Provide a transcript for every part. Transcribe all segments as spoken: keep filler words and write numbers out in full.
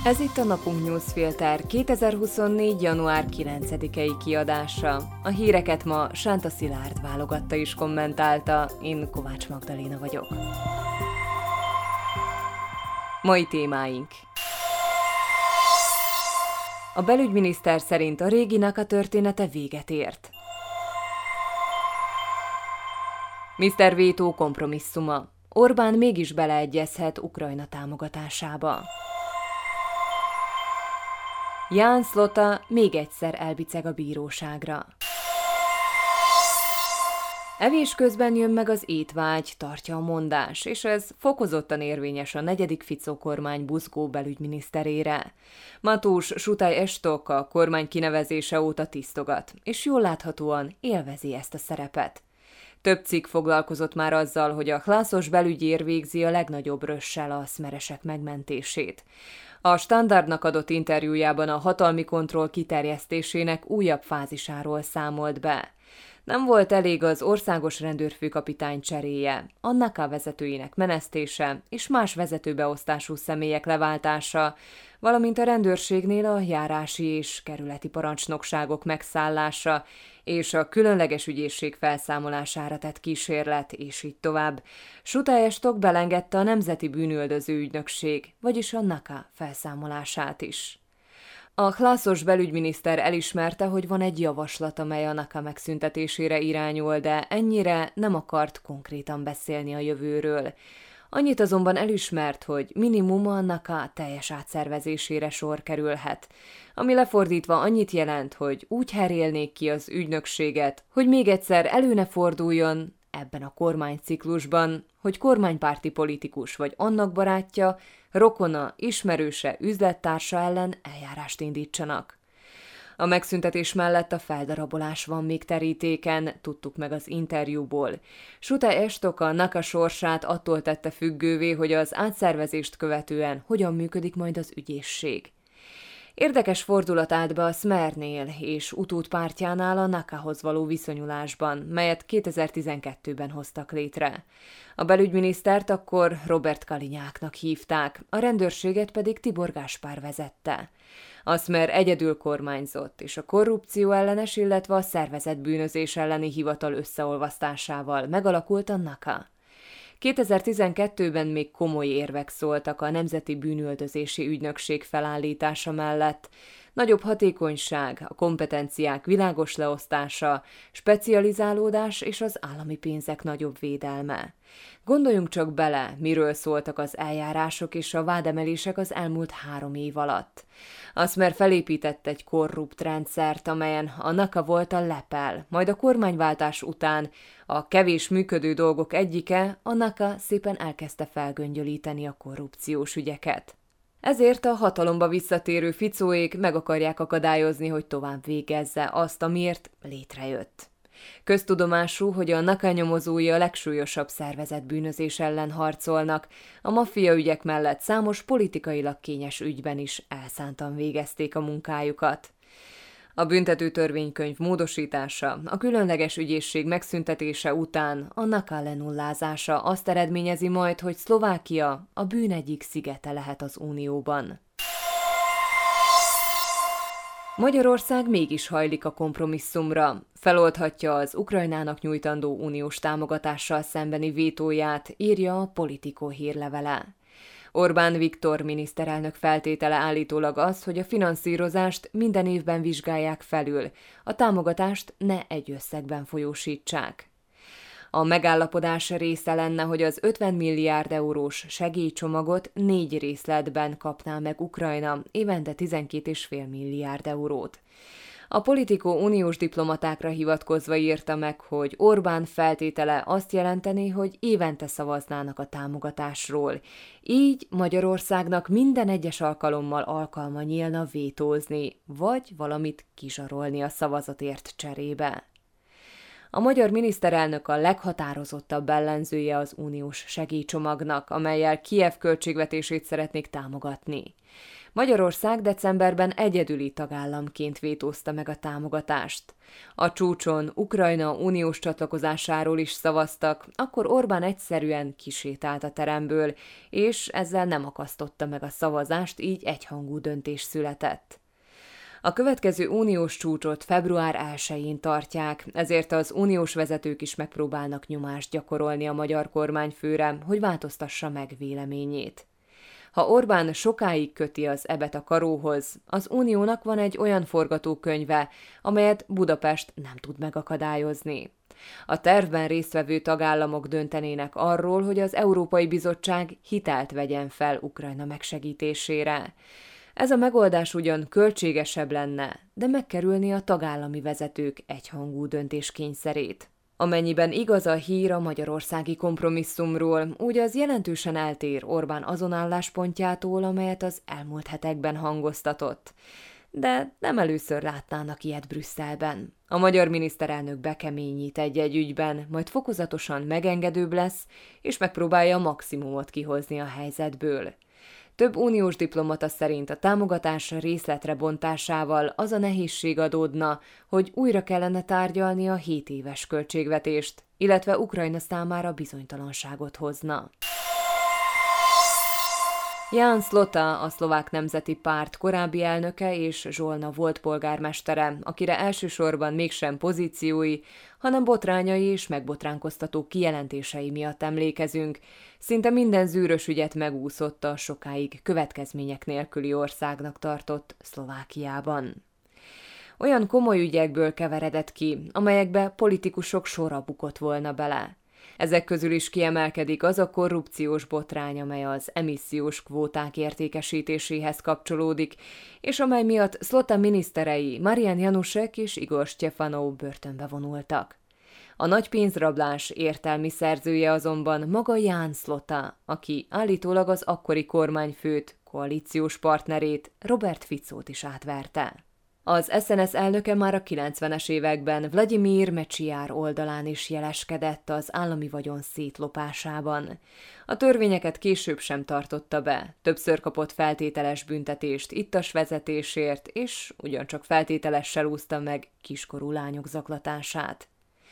Ez itt a Napunk Newsfilter kétezer-huszonnégy. január kilencedikei kiadása. A híreket ma Sánta Szilárd válogatta és kommentálta, én Kovács Magdaléna vagyok. Mai témáink. A belügyminiszter szerint a régi Naka története véget ért. miszter Vétó kompromisszuma. Orbán mégis beleegyezhet Ukrajna támogatásába. Ján Szlota még egyszer elbiceg a bíróságra. Evés közben jön meg az étvágy, tartja a mondás, és ez fokozottan érvényes a negyedik Fico kormány buzgó belügyminiszterére. Matús Sutaj Estok a kormány kinevezése óta tisztogat, és jól láthatóan élvezi ezt a szerepet. Több cikk foglalkozott már azzal, hogy a hlászos belügyér végzi a legnagyobb rössel a szmeresek megmentését. A Standardnak adott interjújában a hatalmi kontroll kiterjesztésének újabb fázisáról számolt be. Nem volt elég az országos rendőrfőkapitány cseréje, a Naka vezetőinek menesztése és más vezetőbeosztású személyek leváltása, valamint a rendőrségnél a járási és kerületi parancsnokságok megszállása és a különleges ügyészség felszámolására tett kísérlet, és így tovább. Sutaj Estok belengedte a Nemzeti Bűnüldöző Ügynökség, vagyis a Naka felszámolását is. A hlászos belügyminiszter elismerte, hogy van egy javaslat, amely a Naka megszüntetésére irányul, de ennyire nem akart konkrétan beszélni a jövőről. Annyit azonban elismert, hogy minimum a Naka teljes átszervezésére sor kerülhet, ami lefordítva annyit jelent, hogy úgy herélnék ki az ügynökséget, hogy még egyszer elő ne forduljon ebben a kormányciklusban, hogy kormánypárti politikus vagy annak barátja, rokona, ismerőse, üzlettársa ellen eljárást indítsanak. A megszüntetés mellett a feldarabolás van még terítéken, tudtuk meg az interjúból. Sutaj Estok a Naka sorsát attól tette függővé, hogy az átszervezést követően hogyan működik majd az ügyészség. Érdekes fordulat állt be a Smernél és utódpártjánál a Nakahoz való viszonyulásban, melyet kétezer-tizenkettőben hoztak létre. A belügyminisztert akkor Robert Kalinyáknak hívták, a rendőrséget pedig Tibor Gáspár vezette. A Smer egyedül kormányzott, és a korrupció ellenes, illetve a szervezett bűnözés elleni hivatal összeolvasztásával megalakult a Naka. kétezer-tizenkettőben még komoly érvek szóltak a Nemzeti Bűnüldözési Ügynökség felállítása mellett. Nagyobb hatékonyság, a kompetenciák világos leosztása, specializálódás és az állami pénzek nagyobb védelme. Gondoljunk csak bele, miről szóltak az eljárások és a vádemelések az elmúlt három év alatt. A Smer felépített egy korrupt rendszert, amelyen a Naka volt a lepel, majd a kormányváltás után a kevés működő dolgok egyike, a Naka szépen elkezdte felgöngyölíteni a korrupciós ügyeket. Ezért a hatalomba visszatérő Ficóék meg akarják akadályozni, hogy tovább végezze azt, amiért létrejött. Köztudomású, hogy a Naka nyomozói a legsúlyosabb szervezett bűnözés ellen harcolnak, a maffia ügyek mellett számos politikailag kényes ügyben is elszántan végezték a munkájukat. A büntető törvénykönyv módosítása, a különleges ügyészség megszüntetése után a Naka lenullázása azt eredményezi majd, hogy Szlovákia a bűn egyik szigete lehet az Unióban. Magyarország mégis hajlik a kompromisszumra. Feloldhatja az Ukrajnának nyújtandó uniós támogatással szembeni vétóját, írja a Politico hírlevele. Orbán Viktor miniszterelnök feltétele állítólag az, hogy a finanszírozást minden évben vizsgálják felül, a támogatást ne egy összegben folyósítsák. A megállapodás része lenne, hogy az ötven milliárd eurós segélycsomagot négy részletben kapná meg Ukrajna, évente tizenkét egész öt milliárd eurót. A Politico uniós diplomatákra hivatkozva írta meg, hogy Orbán feltétele azt jelenteni, hogy évente szavaznának a támogatásról. Így Magyarországnak minden egyes alkalommal alkalma nyílna vétózni, vagy valamit kizsarolni a szavazatért cserébe. A magyar miniszterelnök a leghatározottabb ellenzője az uniós segélycsomagnak, amellyel Kijev költségvetését szeretnék támogatni. Magyarország decemberben egyedüli tagállamként vétózta meg a támogatást. A csúcson Ukrajna uniós csatlakozásáról is szavaztak, akkor Orbán egyszerűen kisétált a teremből, és ezzel nem akasztotta meg a szavazást, így egyhangú döntés született. A következő uniós csúcsot február elsején tartják, ezért az uniós vezetők is megpróbálnak nyomást gyakorolni a magyar kormányfőre, hogy változtassa meg véleményét. Ha Orbán sokáig köti az ebet a karóhoz, az uniónak van egy olyan forgatókönyve, amelyet Budapest nem tud megakadályozni. A tervben résztvevő tagállamok döntenének arról, hogy az Európai Bizottság hitelt vegyen fel Ukrajna megsegítésére. Ez a megoldás ugyan költségesebb lenne, de megkerülni a tagállami vezetők egyhangú döntéskényszerét. Amennyiben igaz a hír a magyarországi kompromisszumról, úgy az jelentősen eltér Orbán azon álláspontjától, amelyet az elmúlt hetekben hangoztatott. De nem először látnának ilyet Brüsszelben. A magyar miniszterelnök bekeményít egy-egy ügyben, majd fokozatosan megengedőbb lesz, és megpróbálja a maximumot kihozni a helyzetből. Több uniós diplomata szerint a támogatás részletre bontásával az a nehézség adódna, hogy újra kellene tárgyalni a hét éves költségvetést, illetve Ukrajna számára bizonytalanságot hozna. Jan Slota, a Szlovák Nemzeti Párt korábbi elnöke és Zsolna volt polgármestere, akire elsősorban mégsem pozíciói, hanem botrányai és megbotránkoztató kijelentései miatt emlékezünk. Szinte minden zűrös ügyet megúszott a sokáig következmények nélküli országnak tartott Szlovákiában. Olyan komoly ügyekből keveredett ki, amelyekbe politikusok sora bukott volna bele. Ezek közül is kiemelkedik az a korrupciós botrány, amely az emissziós kvóták értékesítéséhez kapcsolódik, és amely miatt Slota miniszterei Marian Janusek és Igor Stefanov börtönbe vonultak. A nagy pénzrablás értelmi szerzője azonban maga Jan Slota, aki állítólag az akkori kormányfőt, koalíciós partnerét, Robert Ficót is átverte. Az es en es elnöke már a kilencvenes években Vladimir Mečiar oldalán is jeleskedett az állami vagyon szétlopásában. A törvényeket később sem tartotta be, többször kapott feltételes büntetést ittas vezetésért, és ugyancsak feltételessel úszta meg kiskorú lányok zaklatását.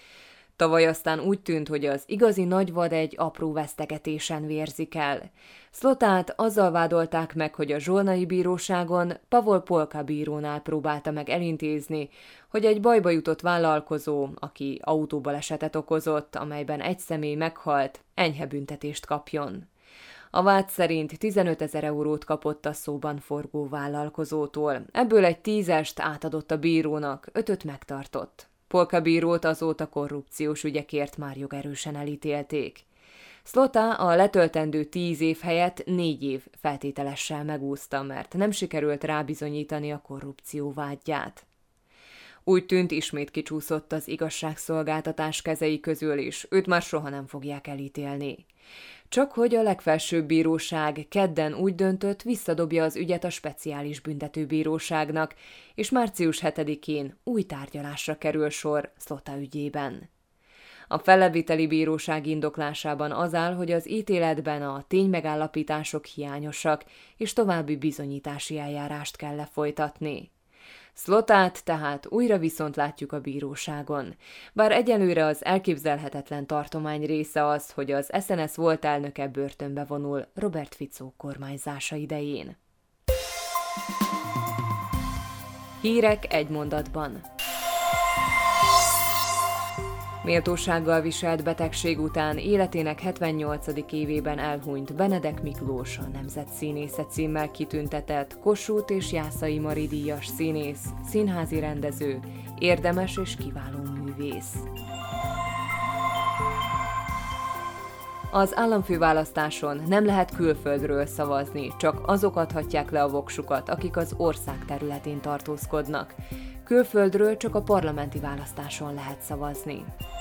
Tavaly aztán úgy tűnt, hogy az igazi nagyvad egy apró vesztegetésen vérzik el. Slotát azzal vádolták meg, hogy a zsolnai bíróságon Pavol Polka bírónál próbálta meg elintézni, hogy egy bajba jutott vállalkozó, aki autóbalesetet okozott, amelyben egy személy meghalt, enyhe büntetést kapjon. A vád szerint tizenötezer eurót kapott a szóban forgó vállalkozótól, ebből egy tízest átadott a bírónak, ötöt megtartott. Polka bírót azóta korrupciós ügyekért már jogerősen elítélték. Slota a letöltendő tíz év helyett négy év feltételessel megúszta, mert nem sikerült rábizonyítani a korrupció vádját. Úgy tűnt, ismét kicsúszott az igazságszolgáltatás kezei közül, és őt már soha nem fogják elítélni. Csak hogy a legfelsőbb bíróság kedden úgy döntött, visszadobja az ügyet a speciális büntetőbíróságnak, és március hetedikén új tárgyalásra kerül sor Slota ügyében. A fellebbviteli bíróság indoklásában az áll, hogy az ítéletben a ténymegállapítások hiányosak, és további bizonyítási eljárást kell lefolytatni. Slotát tehát újra viszont látjuk a bíróságon, bár egyelőre az elképzelhetetlen tartomány része az, hogy az es en es volt elnöke börtönbe vonul Robert Fico kormányzása idején. Hírek egy mondatban. Méltósággal viselt betegség után életének hetvennyolcadik évében elhunyt Benedek Miklós, a Nemzetszínésze címmel kitüntetett Kossuth és Jászai Mari díjas színész, színházi rendező, érdemes és kiváló művész. Az államfőválasztáson nem lehet külföldről szavazni, csak azok adhatják le a voksukat, akik az ország területén tartózkodnak. Külföldről csak a parlamenti választáson lehet szavazni.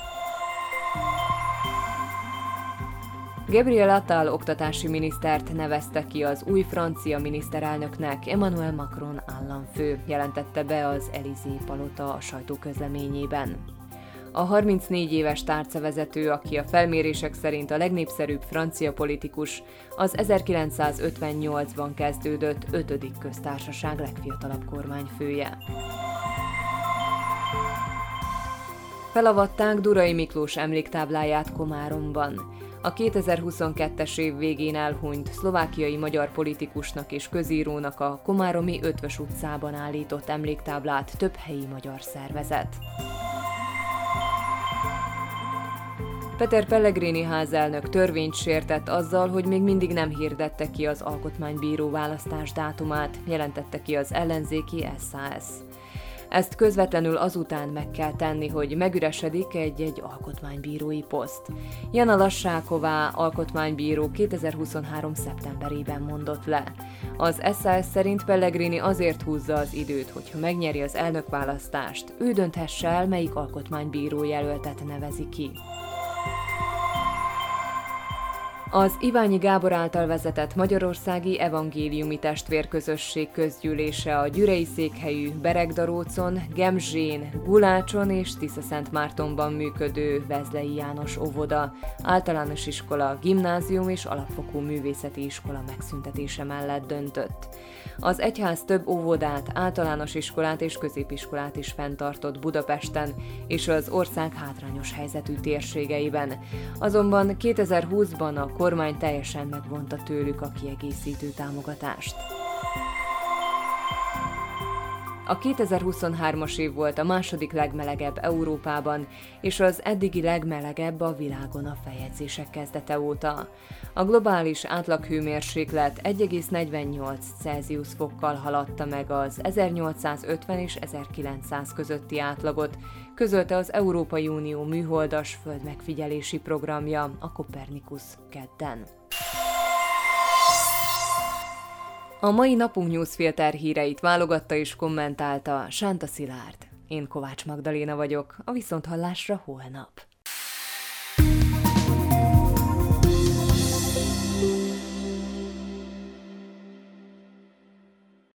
Gabriel Attal oktatási minisztert nevezte ki az új francia miniszterelnöknek Emmanuel Macron államfő, jelentette be az Élysée palota a sajtóközleményében. A harmincnégy éves tárcavezető, aki a felmérések szerint a legnépszerűbb francia politikus, az ezerkilencszázötvennyolcban kezdődött ötödik köztársaság legfiatalabb kormányfője. Felavatták Durai Miklós emléktábláját Komáromban. A kétezer-huszonkettes év végén elhunyt szlovákiai magyar politikusnak és közírónak a komáromi Ötvös utcában állított emléktáblát több helyi magyar szervezet. Peter Pellegrini házelnök törvényt sértett azzal, hogy még mindig nem hirdette ki az alkotmánybíró választás dátumát, jelentette ki az ellenzéki es zé es. Ezt közvetlenül azután meg kell tenni, hogy megüresedik egy-egy alkotmánybírói poszt. Jana Lassáková alkotmánybíró kétezer-huszonhárom szeptemberében mondott le. Az es zé es szerint Pellegrini azért húzza az időt, hogyha megnyeri az elnökválasztást, ő dönthesse el, melyik alkotmánybíró jelöltet nevezi ki. Az Iványi Gábor által vezetett Magyarországi Evangéliumi Testvérközösség közgyűlése a gyürei székhelyű Beregdarócon, Gemzsén, Gulácson és Tiszaszentmártonban működő Vezlei János óvoda, általános iskola, gimnázium és alapfokú művészeti iskola megszüntetése mellett döntött. Az egyház több óvodát, általános iskolát és középiskolát is fenntartott Budapesten és az ország hátrányos helyzetű térségeiben. Azonban kétezer-húszban a kormány teljesen megvonta tőlük a kiegészítő támogatást. A kétezer-huszonhármas év volt a második legmelegebb Európában, és az eddigi legmelegebb a világon a feljegyzések kezdete óta. A globális átlaghőmérséklet egy egész negyvennyolc Celsius fokkal haladta meg az ezernyolcszázötven és ezerkilencszáz közötti átlagot, közölte az Európai Unió műholdas földmegfigyelési programja, a Copernicus kedden. A mai napunk newsfilter híreit válogatta és kommentálta Sánta Szilárd. Én Kovács Magdaléna vagyok, a viszonthallásra holnap.